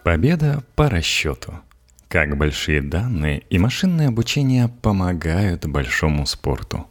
Победа по расчету. Как большие данные и машинное обучение помогают большому спорту.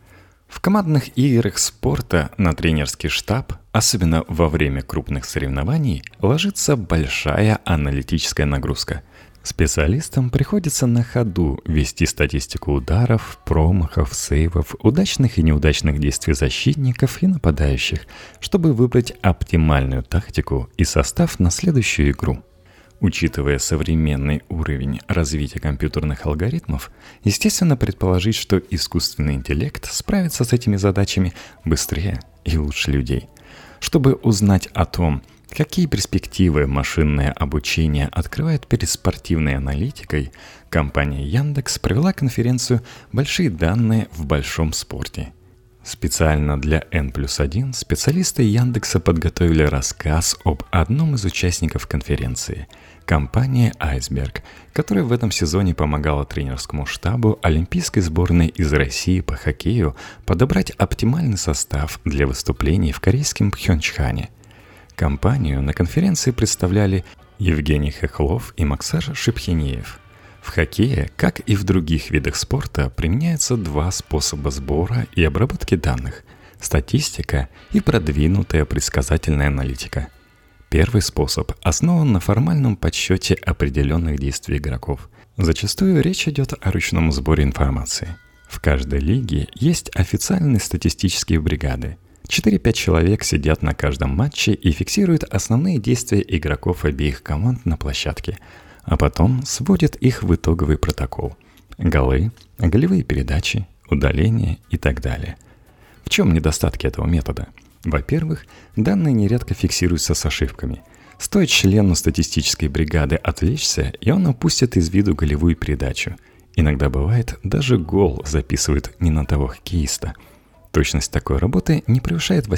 В командных играх спорта на тренерский штаб, особенно во время крупных соревнований, ложится большая аналитическая нагрузка. Специалистам приходится на ходу вести статистику ударов, промахов, сейвов, удачных и неудачных действий защитников и нападающих, чтобы выбрать оптимальную тактику и состав на следующую игру. Учитывая современный уровень развития компьютерных алгоритмов, естественно предположить, что искусственный интеллект справится с этими задачами быстрее и лучше людей. Чтобы узнать о том, какие перспективы машинное обучение открывает перед спортивной аналитикой, компания Яндекс провела конференцию «Большие данные в большом спорте». Специально для N+1 специалисты Яндекса подготовили рассказ об одном из участников конференции – компании Iceberg, которая в этом сезоне помогала тренерскому штабу олимпийской сборной из России по хоккею подобрать оптимальный состав для выступлений в корейском Пхёнчхане. Компанию на конференции представляли Евгений Хохлов и Максар Шипхенеев. В хоккее, как и в других видах спорта, применяются два способа сбора и обработки данных – статистика и продвинутая предсказательная аналитика. Первый способ основан на формальном подсчете определенных действий игроков. Зачастую речь идет о ручном сборе информации. В каждой лиге есть официальные статистические бригады. 4-5 человек сидят на каждом матче и фиксируют основные действия игроков обеих команд на площадке, а потом сводят их в итоговый протокол. Голы, голевые передачи, удаления и так далее. В чем недостатки этого метода? Во-первых, данные нередко фиксируются с ошибками. Стоит члену статистической бригады отвлечься, и он упустит из виду голевую передачу. Иногда бывает, даже гол записывают не на того хоккеиста. Точность такой работы не превышает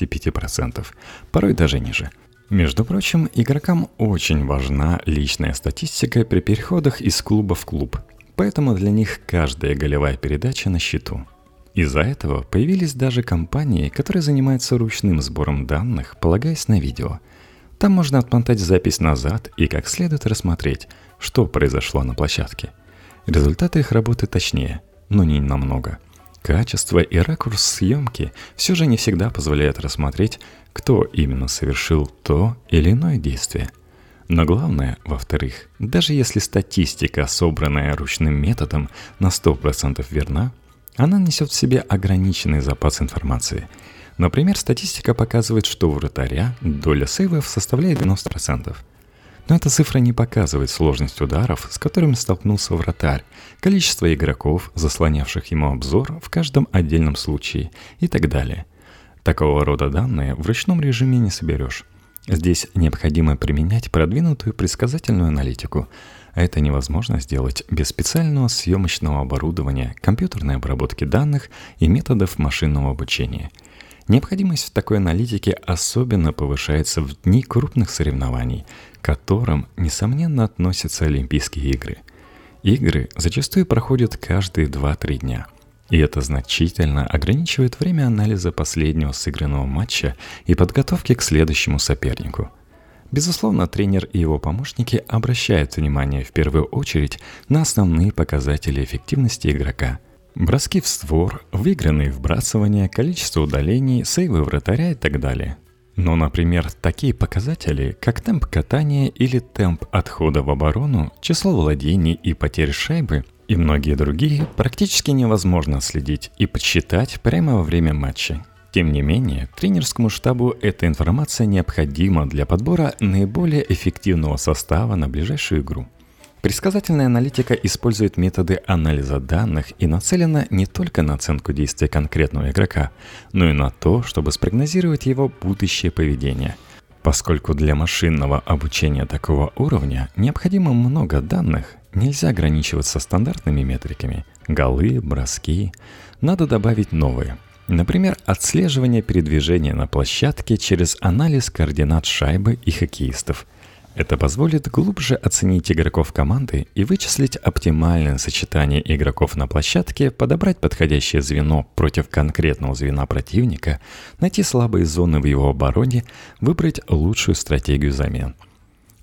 85%, порой даже ниже. Между прочим, игрокам очень важна личная статистика при переходах из клуба в клуб, поэтому для них каждая голевая передача на счету. Из-за этого появились даже компании, которые занимаются ручным сбором данных, полагаясь на видео. Там можно отмотать запись назад и как следует рассмотреть, что произошло на площадке. Результаты их работы точнее, но не намного. Качество и ракурс съемки все же не всегда позволяют рассмотреть, кто именно совершил то или иное действие. Но главное, во-вторых, даже если статистика, собранная ручным методом, на 100% верна, она несет в себе ограниченный запас информации. Например, статистика показывает, что у вратаря доля сейвов составляет 90%. Но эта цифра не показывает сложность ударов, с которыми столкнулся вратарь, количество игроков, заслонявших ему обзор в каждом отдельном случае и так далее. Такого рода данные в ручном режиме не соберешь. Здесь необходимо применять продвинутую предсказательную аналитику, а это невозможно сделать без специального съемочного оборудования, компьютерной обработки данных и методов машинного обучения. Необходимость в такой аналитике особенно повышается в дни крупных соревнований, к которым, несомненно, относятся Олимпийские игры. Игры зачастую проходят каждые 2-3 дня, и это значительно ограничивает время анализа последнего сыгранного матча и подготовки к следующему сопернику. Безусловно, тренер и его помощники обращают внимание в первую очередь на основные показатели эффективности игрока. Броски в створ, выигранные вбрасывания, количество удалений, сейвы вратаря и так далее. Но, например, такие показатели, как темп катания или темп отхода в оборону, число владений и потерь шайбы и многие другие, практически невозможно следить и подсчитать прямо во время матча. Тем не менее, тренерскому штабу эта информация необходима для подбора наиболее эффективного состава на ближайшую игру. Предсказательная аналитика использует методы анализа данных и нацелена не только на оценку действия конкретного игрока, но и на то, чтобы спрогнозировать его будущее поведение. Поскольку для машинного обучения такого уровня необходимо много данных, нельзя ограничиваться стандартными метриками – голы, броски, надо добавить новые. Например, отслеживание передвижения на площадке через анализ координат шайбы и хоккеистов. Это позволит глубже оценить игроков команды и вычислить оптимальное сочетание игроков на площадке, подобрать подходящее звено против конкретного звена противника, найти слабые зоны в его обороне, выбрать лучшую стратегию замен.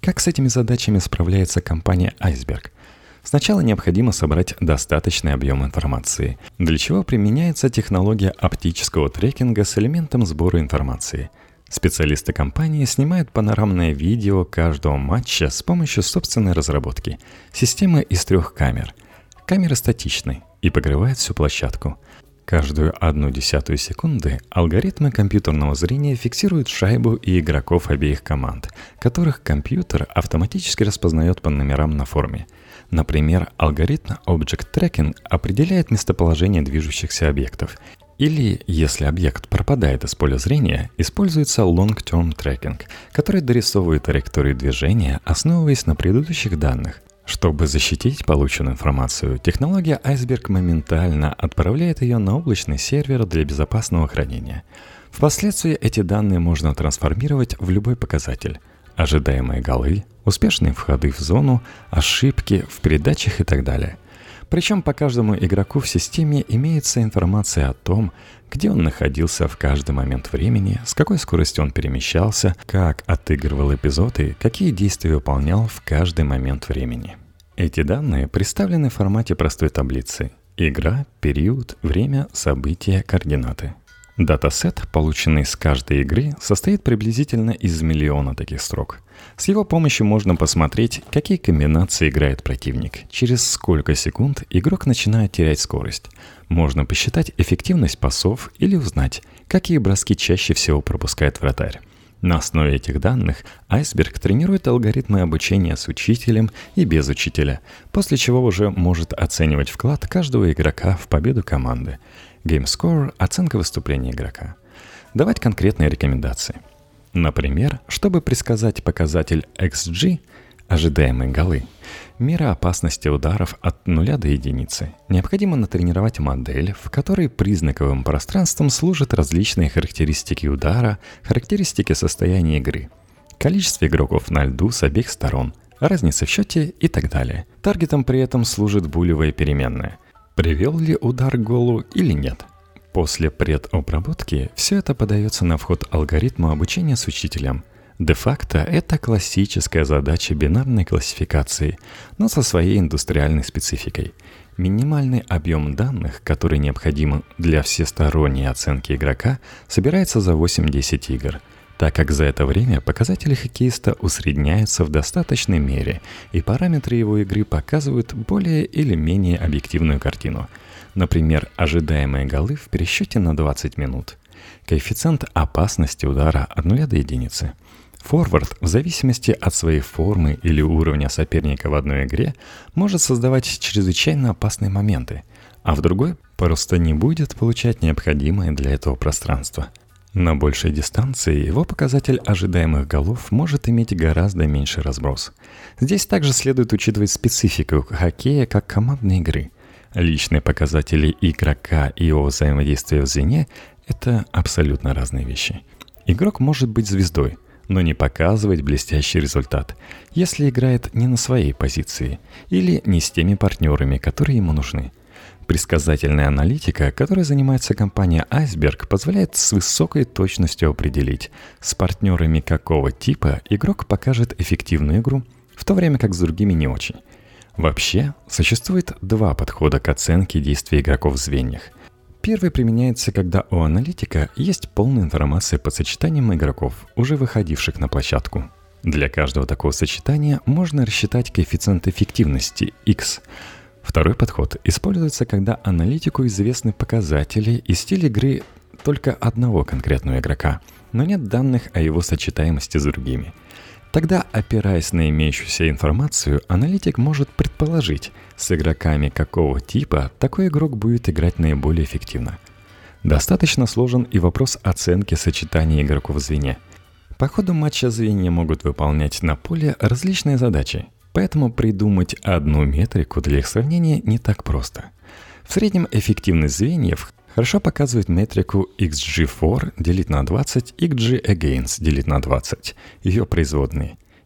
Как с этими задачами справляется компания Iceberg? Сначала необходимо собрать достаточный объем информации, для чего применяется технология оптического трекинга с элементом сбора информации. Специалисты компании снимают панорамное видео каждого матча с помощью собственной разработки, системы из 3 камер. Камеры статичны и покрывают всю площадку. Каждую 0,1 секунды алгоритмы компьютерного зрения фиксируют шайбу и игроков обеих команд, которых компьютер автоматически распознает по номерам на форме. Например, алгоритм Object Tracking определяет местоположение движущихся объектов. Или, если объект пропадает из поля зрения, используется Long-Term Tracking, который дорисовывает траекторию движения, основываясь на предыдущих данных. Чтобы защитить полученную информацию, технология Iceberg моментально отправляет ее на облачный сервер для безопасного хранения. Впоследствии эти данные можно трансформировать в любой показатель. Ожидаемые голы, успешные входы в зону, ошибки в передачах и так далее. Причем по каждому игроку в системе имеется информация о том, где он находился в каждый момент времени, с какой скоростью он перемещался, как отыгрывал эпизоды, какие действия выполнял в каждый момент времени. Эти данные представлены в формате простой таблицы: игра, период, время, события, координаты. Датасет, полученный с каждой игры, состоит приблизительно из 1 миллиона таких строк. С его помощью можно посмотреть, какие комбинации играет противник, через сколько секунд игрок начинает терять скорость. Можно посчитать эффективность пасов или узнать, какие броски чаще всего пропускает вратарь. На основе этих данных Iceberg тренирует алгоритмы обучения с учителем и без учителя, после чего уже может оценивать вклад каждого игрока в победу команды. Game Score – оценка выступления игрока. Давать конкретные рекомендации. Например, чтобы предсказать показатель XG, ожидаемые голы, мера опасности ударов от 0 до 1, необходимо натренировать модель, в которой признаковым пространством служат различные характеристики удара, характеристики состояния игры, количество игроков на льду с обеих сторон, разница в счете и так далее. Таргетом при этом служит булевая переменная. Привел ли удар к голу или нет? После предобработки все это подается на вход алгоритму обучения с учителем. Де-факто это классическая задача бинарной классификации, но со своей индустриальной спецификой. Минимальный объем данных, который необходим для всесторонней оценки игрока, собирается за 8-10 игр, так как за это время показатели хоккеиста усредняются в достаточной мере, и параметры его игры показывают более или менее объективную картину. Например, ожидаемые голы в пересчете на 20 минут. Коэффициент опасности удара от 0 до 1. Форвард, в зависимости от своей формы или уровня соперника в одной игре, может создавать чрезвычайно опасные моменты, а в другой просто не будет получать необходимое для этого пространство. На большей дистанции его показатель ожидаемых голов может иметь гораздо меньший разброс. Здесь также следует учитывать специфику хоккея как командной игры. Личные показатели игрока и его взаимодействие в звене – это абсолютно разные вещи. Игрок может быть звездой, но не показывать блестящий результат, если играет не на своей позиции или не с теми партнерами, которые ему нужны. Предсказательная аналитика, которой занимается компания Iceberg, позволяет с высокой точностью определить, с партнерами какого типа игрок покажет эффективную игру, в то время как с другими не очень. Вообще, существует 2 подхода к оценке действий игроков в звеньях. Первый применяется, когда у аналитика есть полная информация по сочетаниям игроков, уже выходивших на площадку. Для каждого такого сочетания можно рассчитать коэффициент эффективности X. Второй подход используется, когда аналитику известны показатели и стиль игры только одного конкретного игрока, но нет данных о его сочетаемости с другими. Тогда, опираясь на имеющуюся информацию, аналитик может предположить, с игроками какого типа такой игрок будет играть наиболее эффективно. Достаточно сложен и вопрос оценки сочетания игроков в звене. По ходу матча звенья могут выполнять на поле различные задачи, поэтому придумать одну метрику для их сравнения не так просто. В среднем эффективность звеньев хорошо показывает метрику XG for делить на 20, XG against делить на 20, ее производные.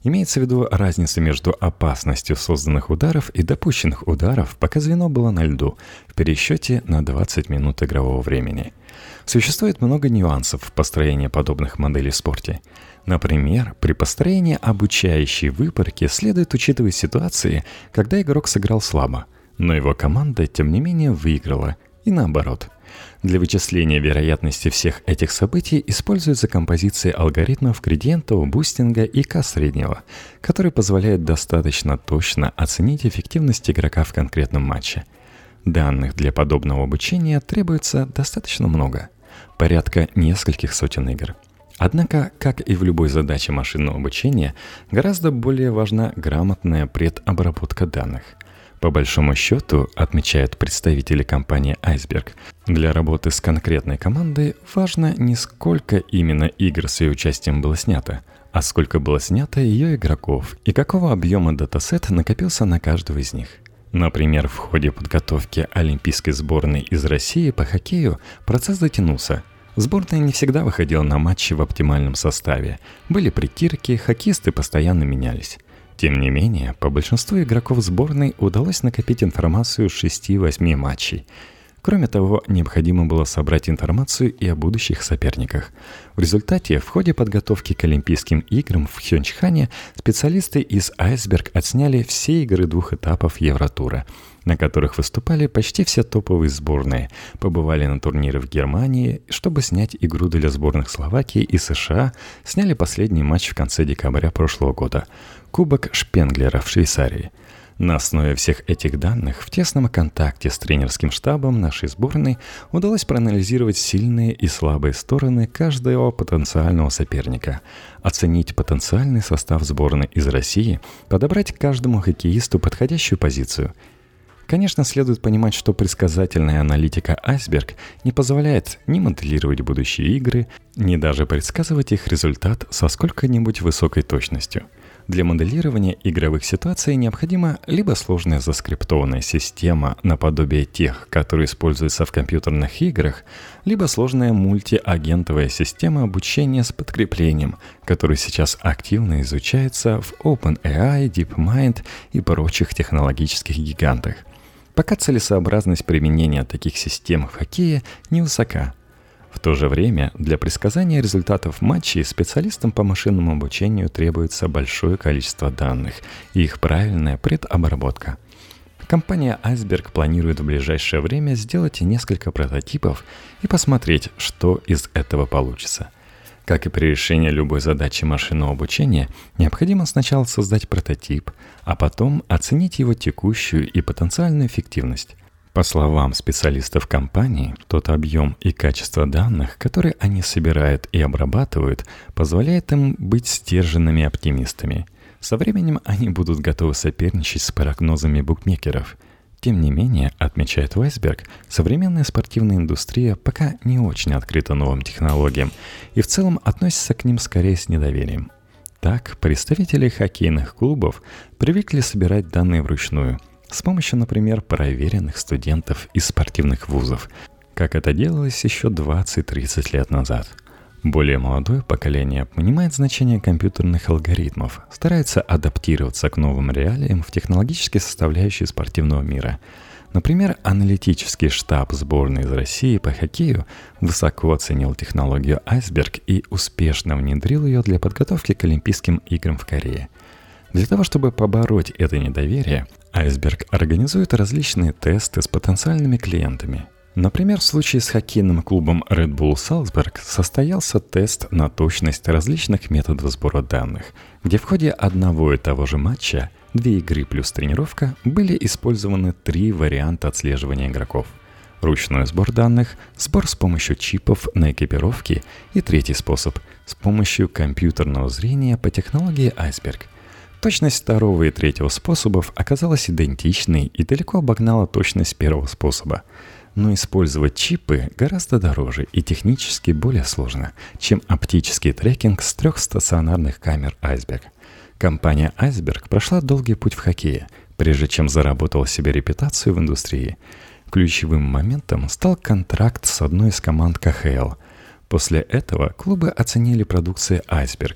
Имеется в виду разница между опасностью созданных ударов и допущенных ударов, пока звено было на льду, в пересчете на 20 минут игрового времени. Существует много нюансов в построении подобных моделей в спорте. Например, при построении обучающей выборки следует учитывать ситуации, когда игрок сыграл слабо, но его команда, тем не менее, выиграла, и наоборот. Для вычисления вероятности всех этих событий используются композиции алгоритмов градиентового бустинга и К-среднего, которые позволяют достаточно точно оценить эффективность игрока в конкретном матче. Данных для подобного обучения требуется достаточно много, порядка нескольких сотен игр. Однако, как и в любой задаче машинного обучения, гораздо более важна грамотная предобработка данных. По большому счету, отмечают представители компании Iceberg, для работы с конкретной командой важно не сколько именно игр с ее участием было снято, а сколько было снято ее игроков и какого объема датасет накопился на каждого из них. Например, в ходе подготовки олимпийской сборной из России по хоккею процесс затянулся. Сборная не всегда выходила на матчи в оптимальном составе. Были притирки, хоккеисты постоянно менялись. Тем не менее, по большинству игроков сборной удалось накопить информацию с 6-8 матчей. Кроме того, необходимо было собрать информацию и о будущих соперниках. В результате, в ходе подготовки к Олимпийским играм в Пхёнчхане специалисты из Iceberg отсняли все игры 2 этапов Евротура, на которых выступали почти все топовые сборные, побывали на турнире в Германии, чтобы снять игру для сборных Словакии и США, сняли последний матч в конце декабря прошлого года – Кубок Шпенглера в Швейцарии. На основе всех этих данных в тесном контакте с тренерским штабом нашей сборной удалось проанализировать сильные и слабые стороны каждого потенциального соперника, оценить потенциальный состав сборной из России, подобрать каждому хоккеисту подходящую позицию. Конечно, следует понимать, что предсказательная аналитика Iceberg не позволяет ни моделировать будущие игры, ни даже предсказывать их результат со сколько-нибудь высокой точностью. Для моделирования игровых ситуаций необходима либо сложная заскриптованная система наподобие тех, которые используются в компьютерных играх, либо сложная мультиагентовая система обучения с подкреплением, которая сейчас активно изучается в OpenAI, DeepMind и прочих технологических гигантах. Пока целесообразность применения таких систем в хоккее невысока. В то же время для предсказания результатов матчей специалистам по машинному обучению требуется большое количество данных и их правильная предобработка. Компания Iceberg планирует в ближайшее время сделать несколько прототипов и посмотреть, что из этого получится. Как и при решении любой задачи машинного обучения, необходимо сначала создать прототип, а потом оценить его текущую и потенциальную эффективность. По словам специалистов компании, тот объем и качество данных, которые они собирают и обрабатывают, позволяет им быть стерженными оптимистами. Со временем они будут готовы соперничать с прогнозами букмекеров. Тем не менее, отмечает Iceberg, современная спортивная индустрия пока не очень открыта новым технологиям и в целом относится к ним скорее с недоверием. Так, представители хоккейных клубов привыкли собирать данные вручную, с помощью, например, проверенных студентов из спортивных вузов, как это делалось еще 20-30 лет назад. Более молодое поколение понимает значение компьютерных алгоритмов, старается адаптироваться к новым реалиям в технологической составляющей спортивного мира. Например, аналитический штаб сборной из России по хоккею высоко оценил технологию Iceberg и успешно внедрил ее для подготовки к Олимпийским играм в Корее. Для того, чтобы побороть это недоверие, Iceberg организует различные тесты с потенциальными клиентами. Например, в случае с хоккейным клубом Red Bull Salzburg состоялся тест на точность различных методов сбора данных, где в ходе одного и того же матча, 2 игры плюс тренировка, были использованы 3 варианта отслеживания игроков. Ручной сбор данных, сбор с помощью чипов на экипировке и третий способ – с помощью компьютерного зрения по технологии Iceberg. Точность второго и третьего способов оказалась идентичной и далеко обогнала точность первого способа. Но использовать чипы гораздо дороже и технически более сложно, чем оптический трекинг с 3 стационарных камер Iceberg. Компания Iceberg прошла долгий путь в хоккее, прежде чем заработала себе репутацию в индустрии. Ключевым моментом стал контракт с одной из команд КХЛ. После этого клубы оценили продукцию Iceberg,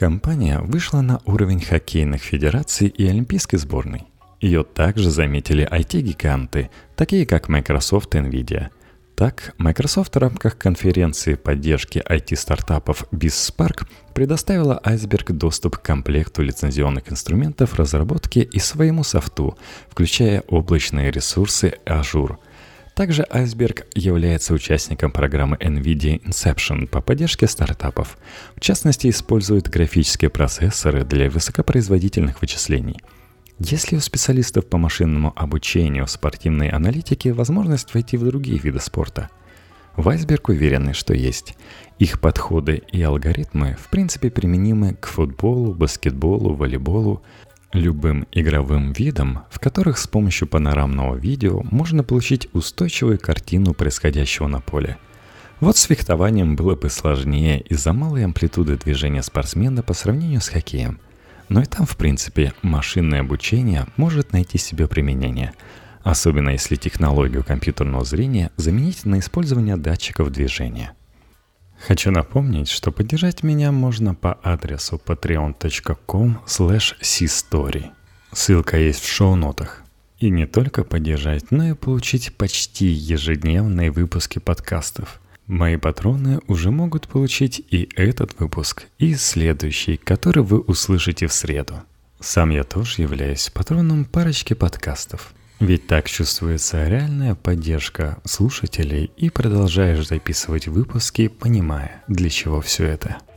Компания вышла на уровень хоккейных федераций и олимпийской сборной. Ее также заметили IT-гиганты, такие как Microsoft и Nvidia. Так, Microsoft в рамках конференции поддержки IT-стартапов BizSpark предоставила Iceberg доступ к комплекту лицензионных инструментов разработки и своему софту, включая облачные ресурсы Azure. Также Iceberg является участником программы NVIDIA Inception по поддержке стартапов. В частности, использует графические процессоры для высокопроизводительных вычислений. Есть ли у специалистов по машинному обучению в спортивной аналитике возможность войти в другие виды спорта? В Iceberg уверены, что есть. Их подходы и алгоритмы в принципе применимы к футболу, баскетболу, волейболу, любым игровым видам, в которых с помощью панорамного видео можно получить устойчивую картину происходящего на поле. Вот с фехтованием было бы сложнее из-за малой амплитуды движения спортсмена по сравнению с хоккеем. Но и там, в принципе, машинное обучение может найти себе применение, особенно если технологию компьютерного зрения заменить на использование датчиков движения. Хочу напомнить, что поддержать меня можно по адресу patreon.com/cstory. Ссылка есть в шоу-нотах. И не только поддержать, но и получить почти ежедневные выпуски подкастов. Мои патроны уже могут получить и этот выпуск, и следующий, который вы услышите в среду. Сам я тоже являюсь патроном парочки подкастов. Ведь так чувствуется реальная поддержка слушателей и продолжаешь записывать выпуски, понимая, для чего все это.